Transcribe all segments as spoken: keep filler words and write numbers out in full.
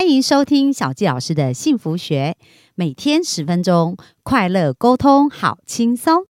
欢迎收听小纪老师的幸福学，每天十分钟，快乐沟通，好轻松。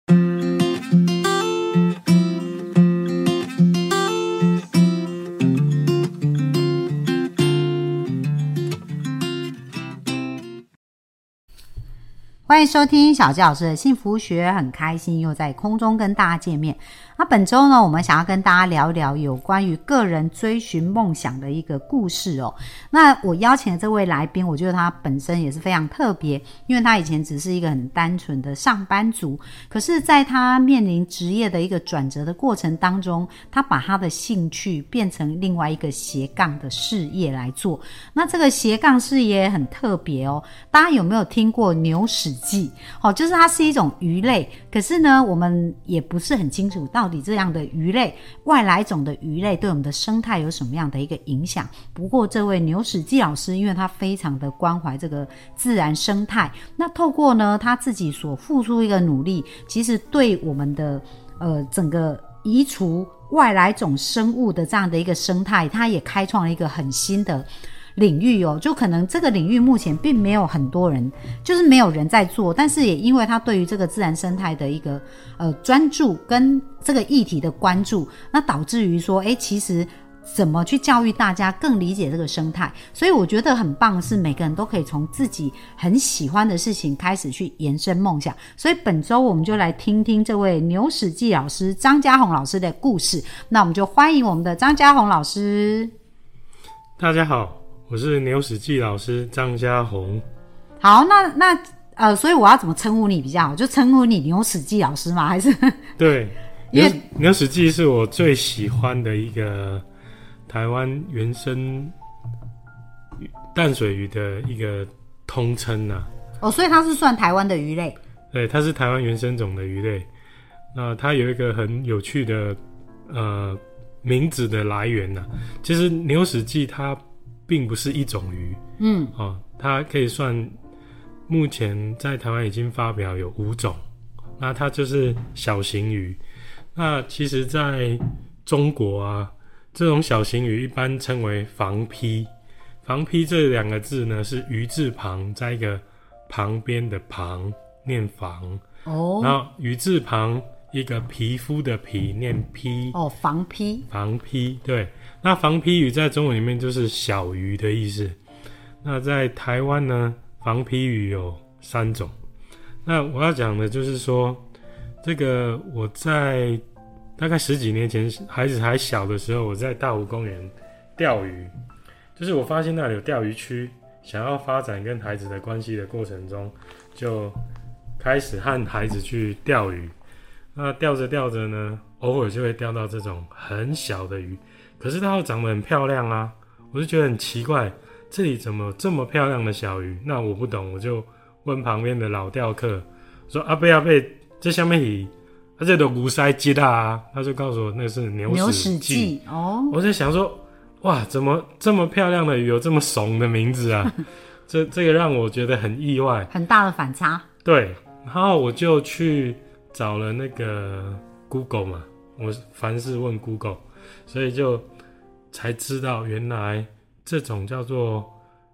欢迎收听小纪老师的幸福学，很开心又在空中跟大家见面。那本周呢，我们想要跟大家聊聊有关于个人追寻梦想的一个故事哦。那我邀请的这位来宾，我觉得他本身也是非常特别，因为他以前只是一个很单纯的上班族，可是在他面临职业的一个转折的过程当中，他把他的兴趣变成另外一个斜杠的事业来做。那这个斜杠事业很特别哦，大家有没有听过牛屎记？哦，就是它是一种鱼类，可是呢，我们也不是很清楚到底这样的鱼类，外来种的鱼类对我们的生态有什么样的一个影响。不过这位牛屎记老师，因为他非常的关怀这个自然生态，那透过呢他自己所付出一个努力，其实对我们的呃整个移除外来种生物的这样的一个生态，他也开创了一个很新的领域哦，就可能这个领域目前并没有很多人，就是没有人在做，但是也因为他对于这个自然生态的一个呃专注跟这个议题的关注，那导致于说，诶，其实怎么去教育大家更理解这个生态，所以我觉得很棒的是每个人都可以从自己很喜欢的事情开始去延伸梦想。所以本周我们就来听听这位牛屎记老师张家宏老师的故事。那我们就欢迎我们的张家宏老师。 大家好，我是牛屎记老师张家宏。 好，那那呃，所以我要怎么称呼你比较好？就称呼你牛屎记老师吗？还是？ 对，牛牛屎记是我最喜欢的一个台湾原生淡水鱼的一个通称啊。 哦，所以它是算台湾的鱼类。 对，它是台湾原生种的鱼类。那它有一个很有趣的呃名字的来源啊。其实牛屎记它并不是一种鱼，嗯，哦，它可以算目前在台湾已经发表有五种，那它就是小型鱼。那其实在中国啊，这种小型鱼一般称为防鲃。防鲃这两个字呢是鱼字旁在一个旁边的旁，念防，哦，然后鱼字旁一个皮肤的皮，念鲃，哦，防鲃，防鲃，对。那防鲃鱼在中文里面就是小鱼的意思。那在台湾呢，防鲃鱼有三种。那我要讲的就是说，这个我在大概十几年前孩子还小的时候，我在大湖公园钓鱼，就是我发现那里有钓鱼区，想要发展跟孩子的关系的过程中，就开始和孩子去钓鱼。那钓着钓着呢，偶尔就会钓到这种很小的鱼，可是它又长得很漂亮啊，我就觉得很奇怪，这里怎么这么漂亮的小鱼？那我不懂，我就问旁边的老钓客说：“阿贝阿贝，这下面鱼，啊这都牛屎记啊。”他就告诉我那是牛屎记哦。我在想说，哇，怎么这么漂亮的鱼有这么怂的名字啊？这这个让我觉得很意外， 很大的反差。 对，然后我就去找了那个 Google 嘛，我凡事问 Google， 所以就才知道原来这种叫做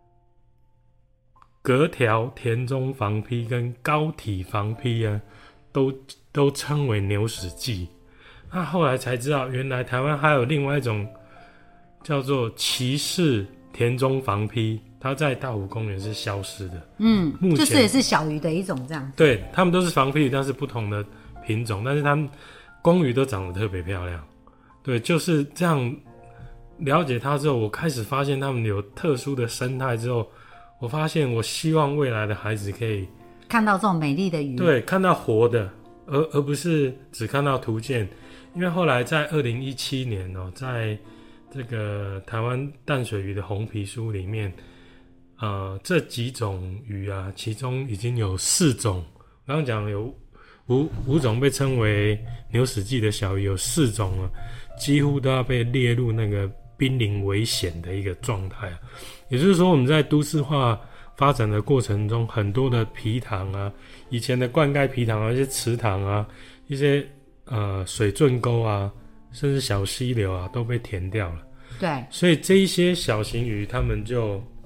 隔条田中防鲃跟高体防鲃啊，都都称为牛屎记。那后来才知道，原来台湾还有另外一种叫做骑士田中防鲃，它在大湖公园是消失的。嗯，目前就是也是小鱼的一种这样子。 对，它们都是防鲃鱼，但是不同的品种，但是它们公鱼都长得特别漂亮。对，就是这样了解它之后，我开始发现它们有特殊的生态之后，我发现我希望未来的孩子可以看到这种美丽的鱼， 对，看到活的，而而不是只看到图鉴。因为后来在二零一七年哦，在这个台湾淡水鱼的红皮书里面，呃，这几种鱼啊，其中已经有四种，刚刚讲有五五种被称为牛屎记的小鱼，有四种啊，几乎都要被列入那个濒临危险的一个状态啊。也就是说，我们在都市化发展的过程中，很多的埤塘啊，以前的灌溉埤塘啊，一些池塘啊，一些呃水圳沟啊，甚至小溪流啊，都被填掉了。 对， 所以这一些小型鱼，它们就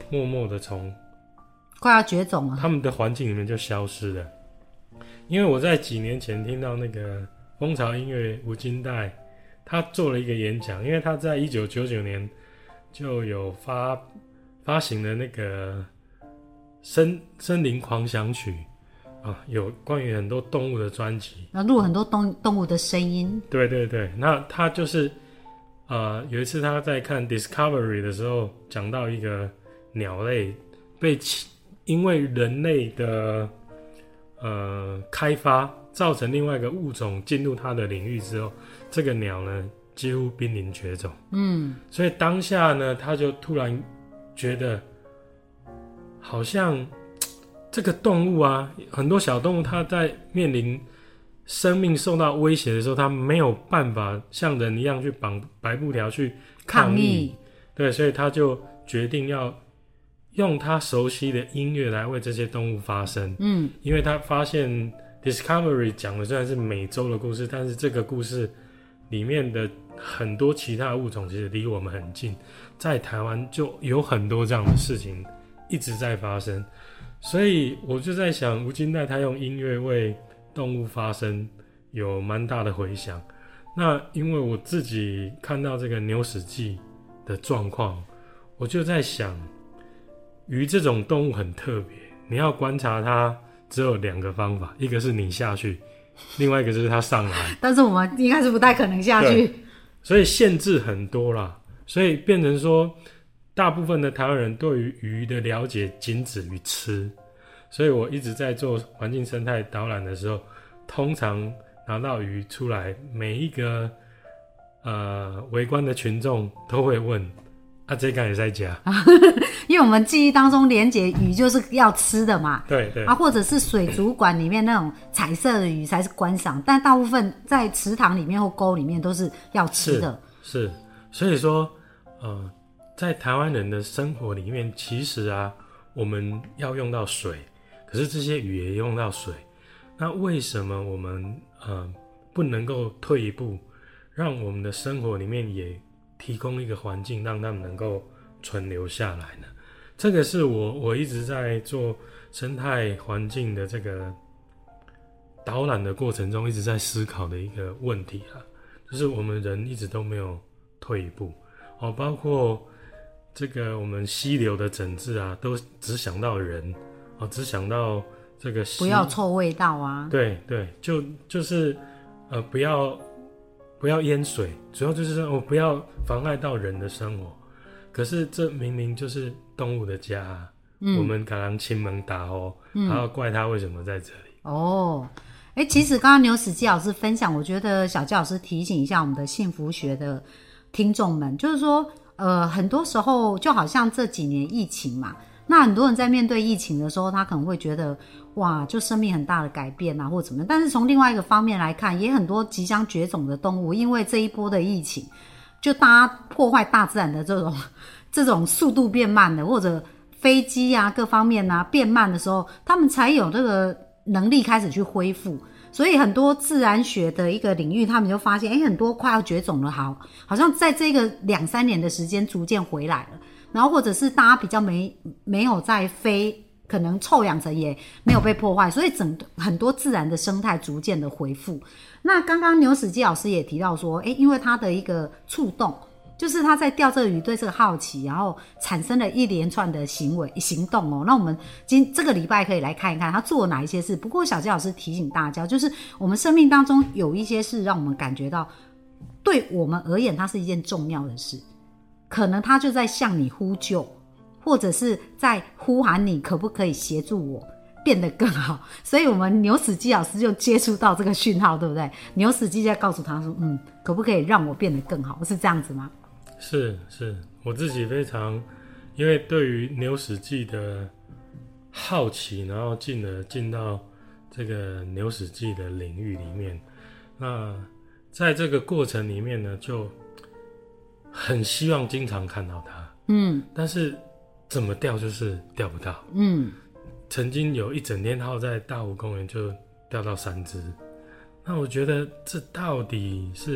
默默的从快要绝种了， 他们的环境里面就消失了。因为我在几年前听到那个蜂巢音乐吴金代，他做了一个演讲，因为他在一九九九年就有发发行了那个森森林狂想曲啊，有关于很多动物的专辑， 然后录很多动动物的声音。 对对对，那他就是呃有一次他在看 Discovery 的时候，讲到一个鸟类被因为人类的呃开发造成另外一个物种进入它的领域之后，这个鸟呢几乎濒临绝种。嗯，所以当下呢，他就突然觉得好像这个动物啊，很多小动物它在面临生命受到威胁的时候，它没有办法像人一样去绑白布条去抗议。抗议对，所以他就决定要用他熟悉的音乐来为这些动物发声。嗯，因为他发现 Discovery 讲的虽然是美洲的故事，但是这个故事里面的很多其他物种其实离我们很近，在台湾就有很多这样的事情一直在发生。所以我就在想，吴金代他用音乐为动物发声有蛮大的回响。那因为我自己看到这个牛屎记的状况，我就在想，鱼这种动物很特别，你要观察它只有两个方法，一个是你下去，另外一个就是它上来。 但是我们应该是不太可能下去， 所以限制很多啦，所以变成说大部分的台湾人对于鱼的了解仅止于吃。所以我一直在做环境生态导览的时候，通常拿到鱼出来，每一个呃围观的群众都会问啊，这个也在家因为我们记忆当中连结鱼就是要吃的嘛， 对对啊，或者是水族馆里面那种彩色的鱼才是观赏，但大部分在池塘里面或沟里面都是要吃的。 是，是所以说呃，在台湾人的生活里面，其实啊，我们要用到水，可是这些鱼也用到水，那为什么我们呃不能够退一步，让我们的生活里面也提供一个环境，让他们能够存留下来呢？这个是我我一直在做生态环境的这个导览的过程中一直在思考的一个问题啊，就是我们人一直都没有退一步哦，包括这个我们溪流的整治啊，都只想到人哦，只想到这个不要臭味道啊， 对对，就就是呃不要不要淹水，主要就是说我、哦、不要妨碍到人的生活。可是这明明就是动物的家、啊嗯、我们敢让亲门打哦，还要怪他为什么在这里哦。哎，其实刚刚牛史基老师分享，我觉得小纪老师提醒一下我们的幸福学的听众们，就是说呃很多时候就好像这几年疫情嘛，那很多人在面对疫情的时候，他可能会觉得哇，就生命很大的改变啊，或者怎么样。但是从另外一个方面来看，也很多即将绝种的动物，因为这一波的疫情，就大家破坏大自然的这种这种速度变慢了，或者飞机啊各方面啊变慢的时候，他们才有这个能力开始去恢复。所以很多自然学的一个领域，他们就发现，哎，很多快要绝种了，好，好像在这个两三年的时间逐渐回来了。然后或者是大家比较没没有在飞，可能臭氧层也没有被破坏，所以整很多自然的生态逐渐的恢复。那刚刚牛史基老师也提到说，诶，因为他的一个触动，就是他在钓这个鱼对这个好奇，然后产生了一连串的行为行动哦。那我们今这个礼拜可以来看一看他做了哪一些事。不过小纪老师提醒大家，就是我们生命当中有一些事让我们感觉到，对我们而言它是一件重要的事，可能他就在向你呼救，或者是在呼喊你可不可以协助我变得更好。所以我们牛史基老师就接触到这个讯号，对不对？牛史基在告诉他说，嗯，可不可以让我变得更好，是这样子吗？ 是是，我自己非常因为对于牛史记的好奇，然后进了进到这个牛史记的领域里面，那在这个过程里面呢，就很希望经常看到它，嗯，但是怎么钓就是钓不到，嗯，曾经有一整天耗在大湖公园就钓到三只，那我觉得这到底是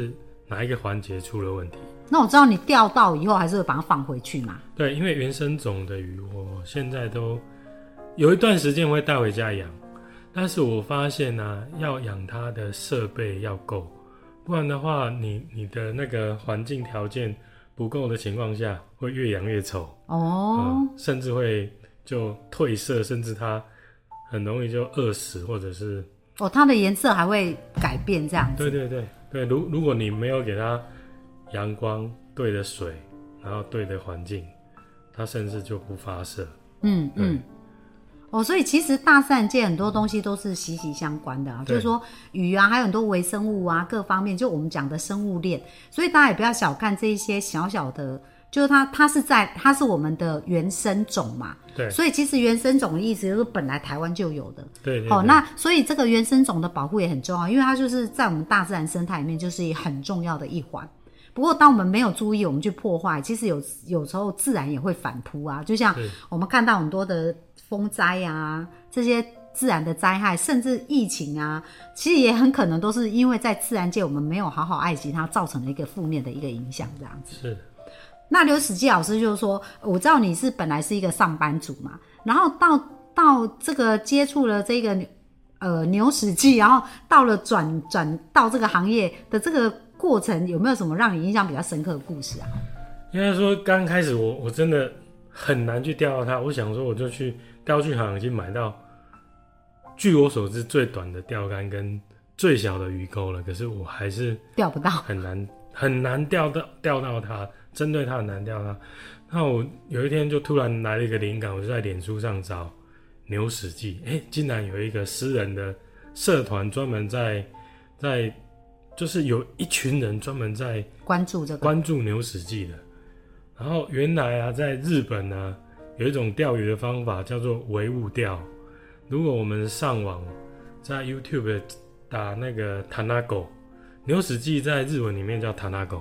哪一个环节出了问题。 那我知道你钓到以后还是会把它放回去嘛？ 对，因为原生种的鱼，我现在都有一段时间会带回家养，但是我发现啊，要养它的设备要够，不然的话，你你的那个环境条件不够的情况下，会越养越丑哦、 嗯，甚至会就褪色，甚至它很容易就饿死，或者是哦，它的颜色还会改变这样子。 对对对对，如如果你没有给它阳光对的水，然后对的环境，它甚至就不发色。 嗯嗯。哦，所以其实大自然界很多东西都是息息相关的啊，就是说鱼啊，还有很多微生物啊，各方面就我们讲的生物链，所以大家也不要小看这一些小小的，就是它它是在它是我们的原生种嘛， 对， 所以其实原生种的意思就是本来台湾就有的， 对对对。 好、哦，那所以这个原生种的保护也很重要，因为它就是在我们大自然生态里面就是很重要的一环。不过当我们没有注意，我们去破坏，其实有有时候自然也会反扑啊，就像我们看到很多的风灾啊，这些自然的灾害，甚至疫情啊，其实也很可能都是因为在自然界我们没有好好爱惜它，造成了一个负面的一个影响，这样子。 是。 那刘史基老师就是说，我知道你是本来是一个上班族嘛，然后到到这个接触了这个呃牛史记，然后到了转转到这个行业的这个过程，有没有什么让你印象比较深刻的故事啊？ 应该说刚开始我我真的很难去钓到它，我想说我就去钓具行已经买到据我所知最短的钓竿跟最小的鱼钩了，可是我还是钓不到， 很难很难钓到钓到它，针对它很难钓到。那我有一天就突然来了一个灵感，我就在脸书上找牛史记，哎，竟然有一个私人的社团专门在在就是有一群人专门在关注这个关注牛史记的。然后原来啊，在日本呢，有一种钓鱼的方法叫做微物钓。如果我们上网在 YouTube 打那个 Tanago， 牛史记在日文里面叫 Tanago，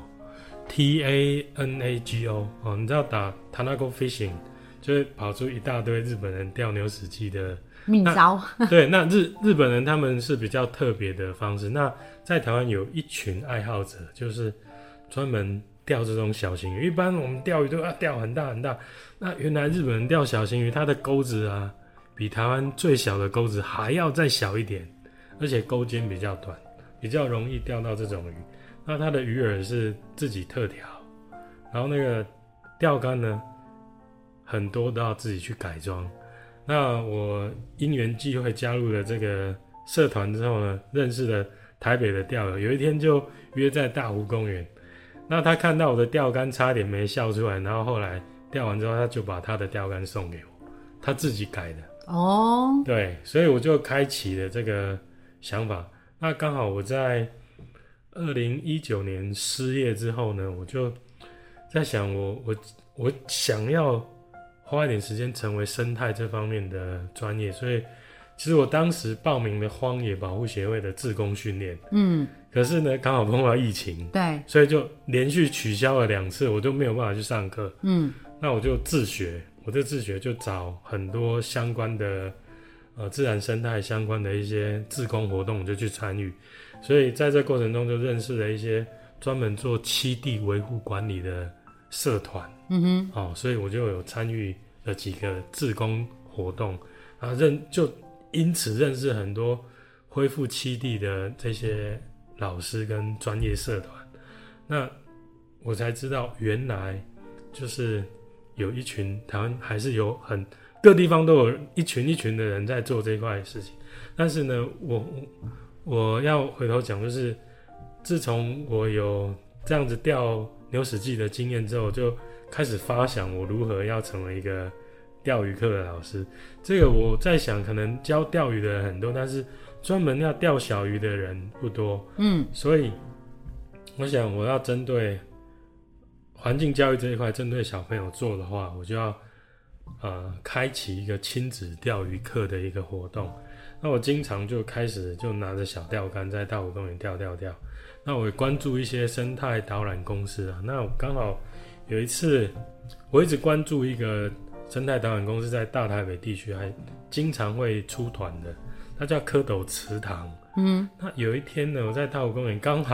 T A N A G O 哦，你知道打 Tanago Fishing 就会跑出一大堆日本人钓牛史记的秘招。 对，那日日本人他们是比较特别的方式。那在台湾有一群爱好者，就是专门钓这种小型鱼。一般我们钓鱼都要钓很大很大，那原来日本人钓小型鱼，它的钩子啊，比台湾最小的钩子还要再小一点，而且钩尖比较短，比较容易钓到这种鱼。那它的鱼饵是自己特调，然后那个钓竿呢，很多都要自己去改装。那我因缘际会加入了这个社团之后呢，认识了台北的钓友，有一天就约在大湖公园。那他看到我的钓竿差点没笑出来，然后后来钓完之后，他就把他的钓竿送给我，他自己改的。 哦， 对，所以我就开启了这个想法。那刚好我在二零一九年失业之后呢，我就在想我，我我我想要花一点时间成为生态这方面的专业，所以其实我当时报名了荒野保护协会的志工训练，嗯，可是呢刚好碰到疫情， 对， 所以就连续取消了两次，我都没有办法去上课，嗯，那我就自学，我就自学就找很多相关的呃自然生态相关的一些志工活动，我就去参与，所以在这过程中就认识了一些专门做栖地维护管理的社团，嗯哼，哦，所以我就有参与了几个志工活动，啊，认就因此认识很多恢复栖地的这些老师跟专业社团，那我才知道原来就是有一群台湾还是有很各地方都有一群一群的人在做这块事情，但是呢，我我要回头讲，就是自从我有这样子钓牛史记的经验之后，就开始发想我如何要成为一个钓鱼课的老师。这个我在想，可能教钓鱼的人很多，但是专门要钓小鱼的人不多。嗯，所以我想我要针对环境教育这一块，针对小朋友做的话，我就要呃开启一个亲子钓鱼课的一个活动。那我经常就开始就拿着小钓竿在大湖公园钓钓钓。那我也关注一些生态导览公司啊。那我刚好有一次，我一直关注一个生态导览公司，在大台北地区还经常会出团的，它叫蝌蚪池塘。嗯，那有一天呢，我在大湖公园刚好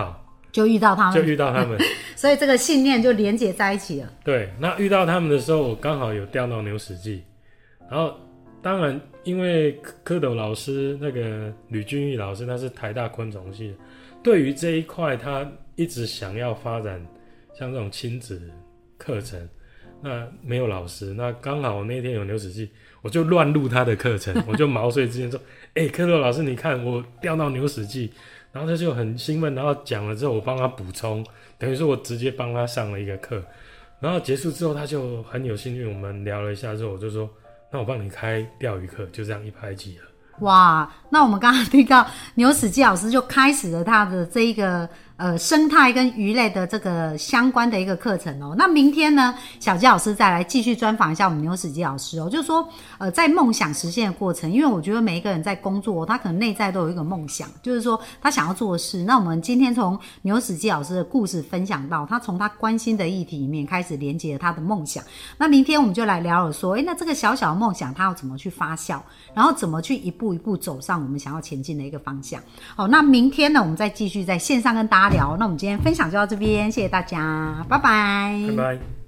就遇到他们， 就遇到他们， 所以这个信念就连结在一起了。 对，那遇到他们的时候，我刚好有钓到牛史记，然后当然因为蝌蚪老师那个吕俊义老师，他是台大昆虫系的，对于这一块他一直想要发展像这种亲子课程，那没有老师，那刚好我那天有牛史记，我就乱录他的课程，我就毛遂自荐说，哎、欸，蝌蚪老师你看我钓到牛史记，然后他就很兴奋，然后讲了之后我帮他补充，等于说我直接帮他上了一个课，然后结束之后他就很有兴趣，我们聊了一下之后我就说，那我帮你开钓鱼课，就这样一拍即合。 哇，那我们刚刚听到牛史记老师就开始了他的这一个呃生态跟鱼类的这个相关的一个课程哦。那明天呢，小纪老师再来继续专访一下我们牛史记老师哦，就是说呃在梦想实现的过程，因为我觉得每一个人在工作，他可能内在都有一个梦想，就是说他想要做的事。那我们今天从牛史记老师的故事分享到，他从他关心的议题里面开始连接了他的梦想。那明天我们就来聊了说，诶，那这个小小的梦想他要怎么去发酵，然后怎么去一步一步走上我们想要前进的一个方向。好，那明天呢，我们再继续在线上跟大家聊。那我们今天分享就到这边，谢谢大家，拜拜， 拜拜。